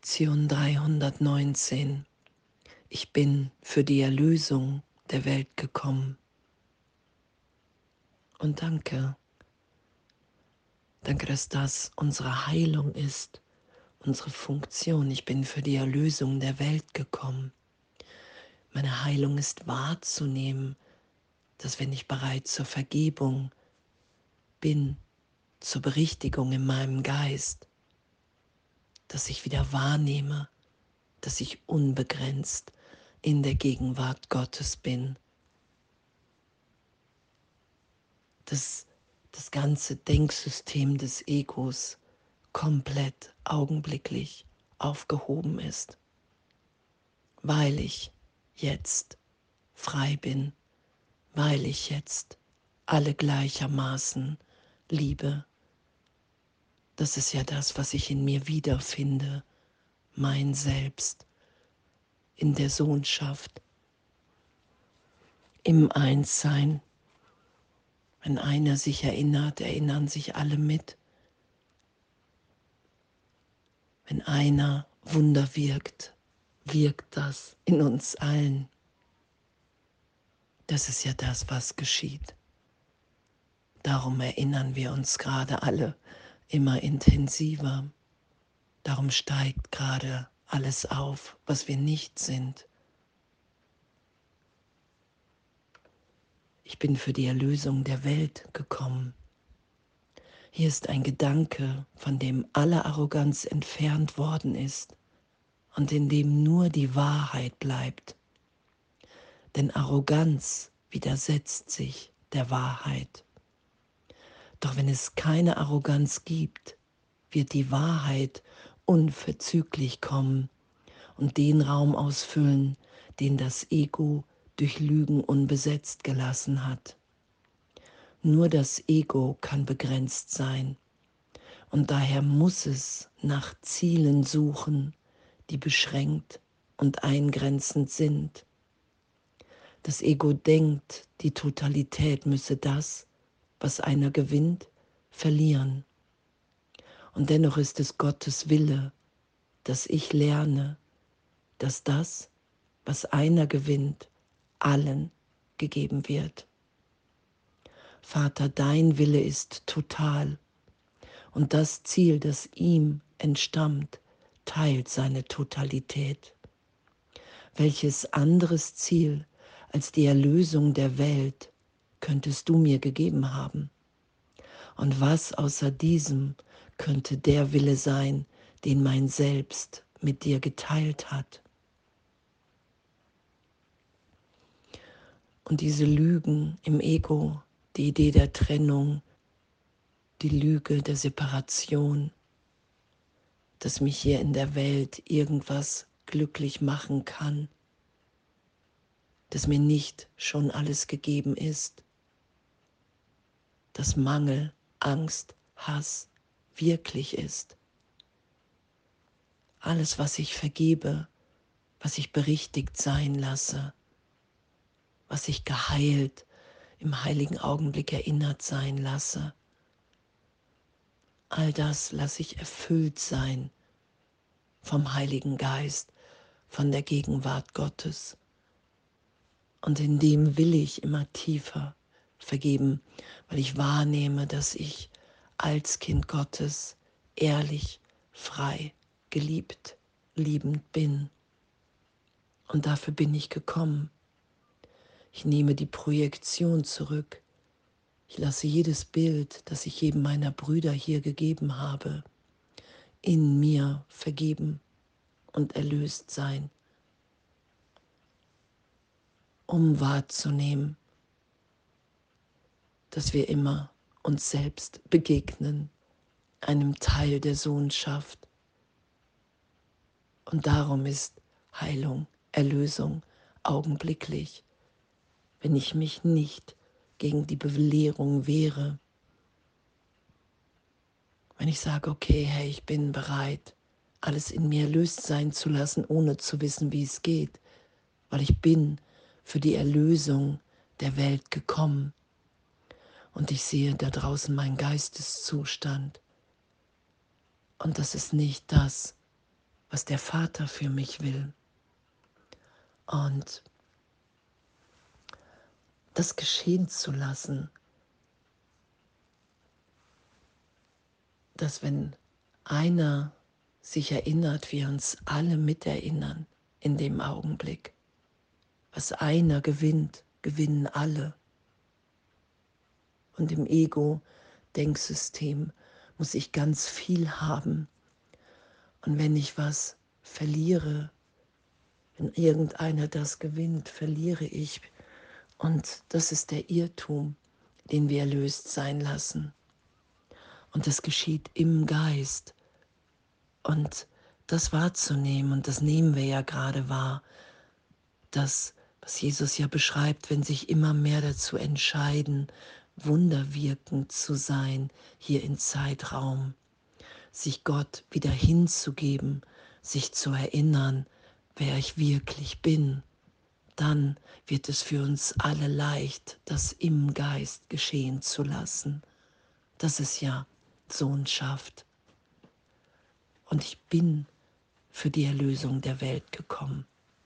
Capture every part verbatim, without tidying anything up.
Lektion dreihundertneunzehn. Ich bin für die Erlösung der Welt gekommen. Und danke, danke, dass das unsere Heilung ist, unsere Funktion. Ich bin für die Erlösung der Welt gekommen. Meine Heilung ist wahrzunehmen, dass wenn ich bereit zur Vergebung bin, zur Berichtigung in meinem Geist, dass ich wieder wahrnehme, dass ich unbegrenzt in der Gegenwart Gottes bin. Dass das ganze Denksystem des Egos komplett augenblicklich aufgehoben ist, weil ich jetzt frei bin, weil ich jetzt alle gleichermaßen liebe. Das ist ja das, was ich in mir wiederfinde, mein Selbst, in der Sohnschaft, im Einssein. Wenn einer sich erinnert, erinnern sich alle mit. Wenn einer Wunder wirkt, wirkt das in uns allen. Das ist ja das, was geschieht. Darum erinnern wir uns gerade alle immer intensiver. Darum steigt gerade alles auf, was wir nicht sind. Ich bin für die Erlösung der Welt gekommen. Hier ist ein Gedanke, von dem alle Arroganz entfernt worden ist und in dem nur die Wahrheit bleibt. Denn Arroganz widersetzt sich der Wahrheit. Doch wenn es keine Arroganz gibt, wird die Wahrheit unverzüglich kommen und den Raum ausfüllen, den das Ego durch Lügen unbesetzt gelassen hat. Nur das Ego kann begrenzt sein und daher muss es nach Zielen suchen, die beschränkt und eingrenzend sind. Das Ego denkt, die Totalität müsse das, was einer gewinnt, verlieren. Und dennoch ist es Gottes Wille, dass ich lerne, dass das, was einer gewinnt, allen gegeben wird. Vater, dein Wille ist total und das Ziel, das ihm entstammt, teilt seine Totalität. Welches anderes Ziel als die Erlösung der Welt könntest du mir gegeben haben? Und was außer diesem könnte der Wille sein, den mein Selbst mit dir geteilt hat? Und diese Lügen im Ego, die Idee der Trennung, die Lüge der Separation, dass mich hier in der Welt irgendwas glücklich machen kann, dass mir nicht schon alles gegeben ist, dass Mangel, Angst, Hass wirklich ist. Alles, was ich vergebe, was ich berichtigt sein lasse, was ich geheilt im heiligen Augenblick erinnert sein lasse, all das lasse ich erfüllt sein vom Heiligen Geist, von der Gegenwart Gottes. Und in dem will ich immer tiefer vergeben, weil ich wahrnehme, dass ich als Kind Gottes ehrlich, frei, geliebt, liebend bin. Und dafür bin ich gekommen. Ich nehme die Projektion zurück. Ich lasse jedes Bild, das ich jedem meiner Brüder hier gegeben habe, in mir vergeben und erlöst sein, um wahrzunehmen, dass wir immer uns selbst begegnen, einem Teil der Sohnschaft. Und darum ist Heilung, Erlösung augenblicklich, wenn ich mich nicht gegen die Belehrung wehre. Wenn ich sage, okay, hey, ich bin bereit, alles in mir erlöst sein zu lassen, ohne zu wissen, wie es geht, weil ich bin für die Erlösung der Welt gekommen. Und ich sehe da draußen meinen Geisteszustand. Und das ist nicht das, was der Vater für mich will. Und das geschehen zu lassen, dass wenn einer sich erinnert, wir uns alle miterinnern in dem Augenblick. Was einer gewinnt, gewinnen alle. Und im Ego-Denksystem muss ich ganz viel haben. Und wenn ich was verliere, wenn irgendeiner das gewinnt, verliere ich. Und das ist der Irrtum, den wir erlöst sein lassen. Und das geschieht im Geist. Und das wahrzunehmen, und das nehmen wir ja gerade wahr, das, was Jesus ja beschreibt, wenn sich immer mehr dazu entscheiden, wunderwirkend zu sein, hier im Zeitraum, sich Gott wieder hinzugeben, sich zu erinnern, wer ich wirklich bin, dann wird es für uns alle leicht, das im Geist geschehen zu lassen. Das ist ja Sohnschaft. Und ich bin für die Erlösung der Welt gekommen.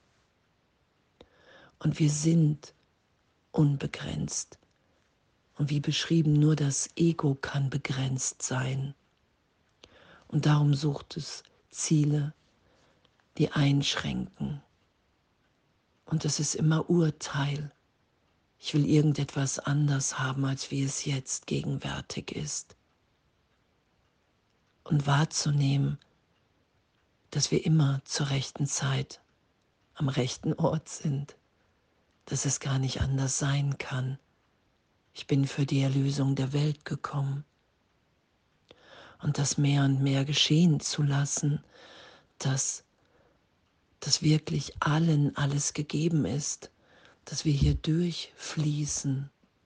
Und wir sind unbegrenzt. Und wie beschrieben, nur das Ego kann begrenzt sein. Und darum sucht es Ziele, die einschränken. Und das ist immer Urteil. Ich will irgendetwas anders haben, als wie es jetzt gegenwärtig ist. Und wahrzunehmen, dass wir immer zur rechten Zeit am rechten Ort sind, dass es gar nicht anders sein kann. Ich bin für die Erlösung der Welt gekommen. Und das mehr und mehr geschehen zu lassen, dass, dass wirklich allen alles gegeben ist, dass wir hier durchfließen,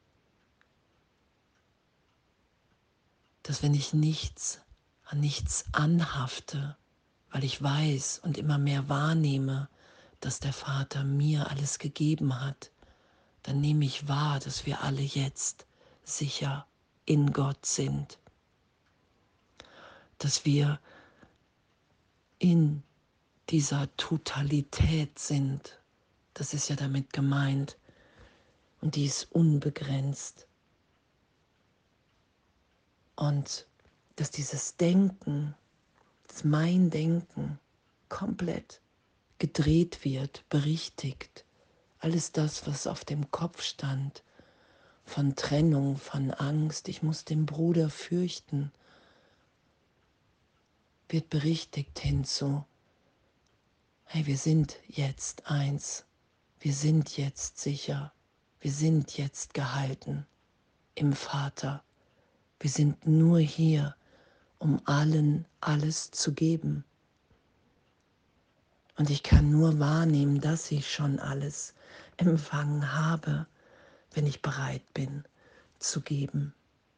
dass wenn ich nichts an nichts anhafte, weil ich weiß und immer mehr wahrnehme, dass der Vater mir alles gegeben hat, dann nehme ich wahr, dass wir alle jetzt sicher in Gott sind, dass wir in dieser Totalität sind. Das ist ja damit gemeint. Und die ist unbegrenzt. Und dass dieses Denken, dass mein Denken komplett gedreht wird, berichtigt. Alles das, was auf dem Kopf stand, von Trennung, von Angst, ich muss den Bruder fürchten, wird berichtigt hinzu, hey, wir sind jetzt eins, wir sind jetzt sicher, wir sind jetzt gehalten im Vater. Wir sind nur hier, um allen alles zu geben. Und ich kann nur wahrnehmen, dass ich schon alles empfangen habe, wenn ich bereit bin zu geben.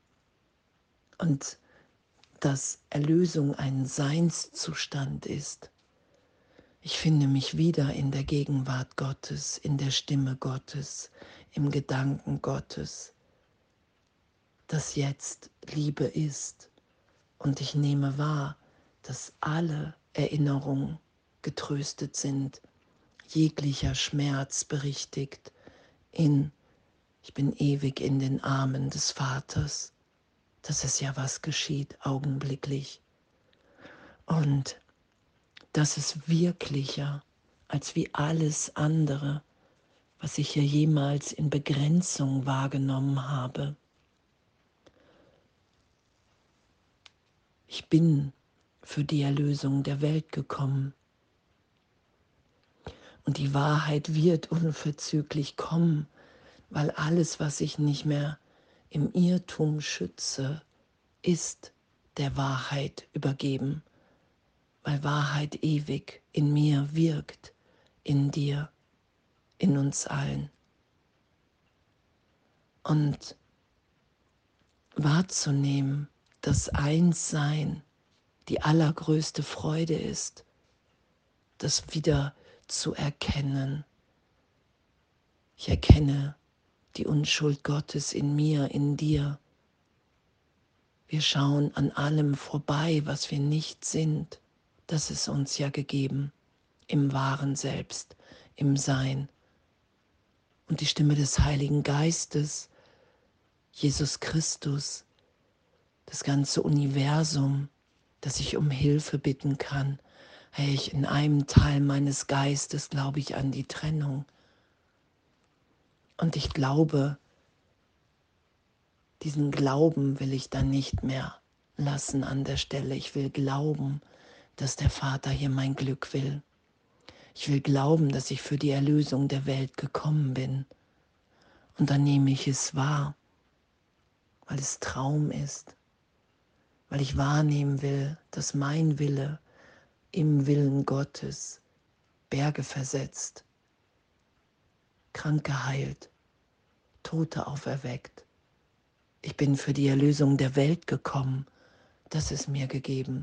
Und dass Erlösung ein Seinszustand ist. Ich finde mich wieder in der Gegenwart Gottes, in der Stimme Gottes, im Gedanken Gottes, dass jetzt Liebe ist. Und ich nehme wahr, dass alle Erinnerungen getröstet sind, jeglicher Schmerz berichtigt in, ich bin ewig in den Armen des Vaters. Das ist ja, was geschieht augenblicklich. Und das ist wirklicher als wie alles andere, was ich ja jemals in Begrenzung wahrgenommen habe. Ich bin für die Erlösung der Welt gekommen. Und die Wahrheit wird unverzüglich kommen, weil alles, was ich nicht mehr im Irrtum schütze, ist der Wahrheit übergeben, weil Wahrheit ewig in mir wirkt, in dir, in uns allen. Und wahrzunehmen, dass Einssein die allergrößte Freude ist, das wieder zu erkennen. Ich erkenne die Unschuld Gottes in mir, in dir. Wir schauen an allem vorbei, was wir nicht sind. Das ist uns ja gegeben, im wahren Selbst, im Sein. Und die Stimme des Heiligen Geistes, Jesus Christus, das ganze Universum, dass ich um Hilfe bitten kann. Hey, ich in einem Teil meines Geistes glaube ich an die Trennung. Und ich glaube, diesen Glauben will ich dann nicht mehr lassen an der Stelle. Ich will glauben, dass der Vater hier mein Glück will. Ich will glauben, dass ich für die Erlösung der Welt gekommen bin. Und dann nehme ich es wahr, weil es Traum ist, weil ich wahrnehmen will, dass mein Wille im Willen Gottes Berge versetzt, Kranke heilt, Tote auferweckt. Ich bin für die Erlösung der Welt gekommen. Das ist mir gegeben,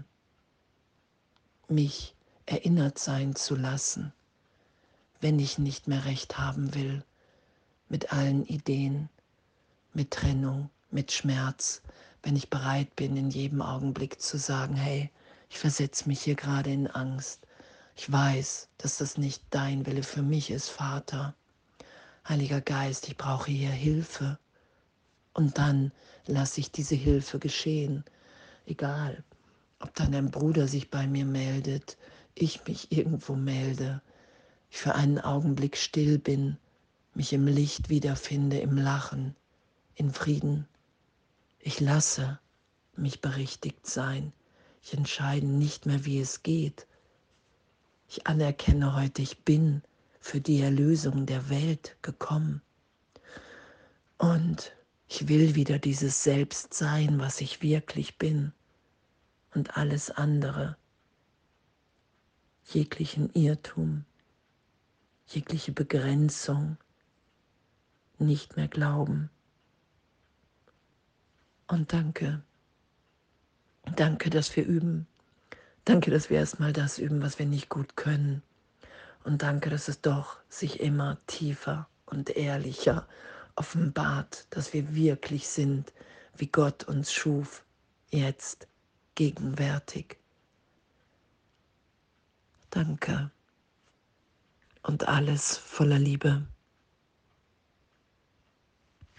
mich erinnert sein zu lassen, wenn ich nicht mehr recht haben will, mit allen Ideen, mit Trennung, mit Schmerz, wenn ich bereit bin, in jedem Augenblick zu sagen, hey, ich versetze mich hier gerade in Angst. Ich weiß, dass das nicht dein Wille für mich ist, Vater. Heiliger Geist, ich brauche hier Hilfe. Und dann lasse ich diese Hilfe geschehen. Egal, ob dann ein Bruder sich bei mir meldet, ich mich irgendwo melde, ich für einen Augenblick still bin, mich im Licht wiederfinde, im Lachen, in Frieden. Ich lasse mich berichtigt sein. Ich entscheide nicht mehr, wie es geht. Ich anerkenne heute, ich bin für die Erlösung der Welt gekommen. Und ich will wieder dieses Selbst sein, was ich wirklich bin. Und alles andere, jeglichen Irrtum, jegliche Begrenzung, nicht mehr glauben. Und danke, danke, dass wir üben. Danke, dass wir erstmal das üben, was wir nicht gut können. Und danke, dass es doch sich immer tiefer und ehrlicher offenbart, dass wir wirklich sind, wie Gott uns schuf, jetzt, gegenwärtig. Danke und alles voller Liebe.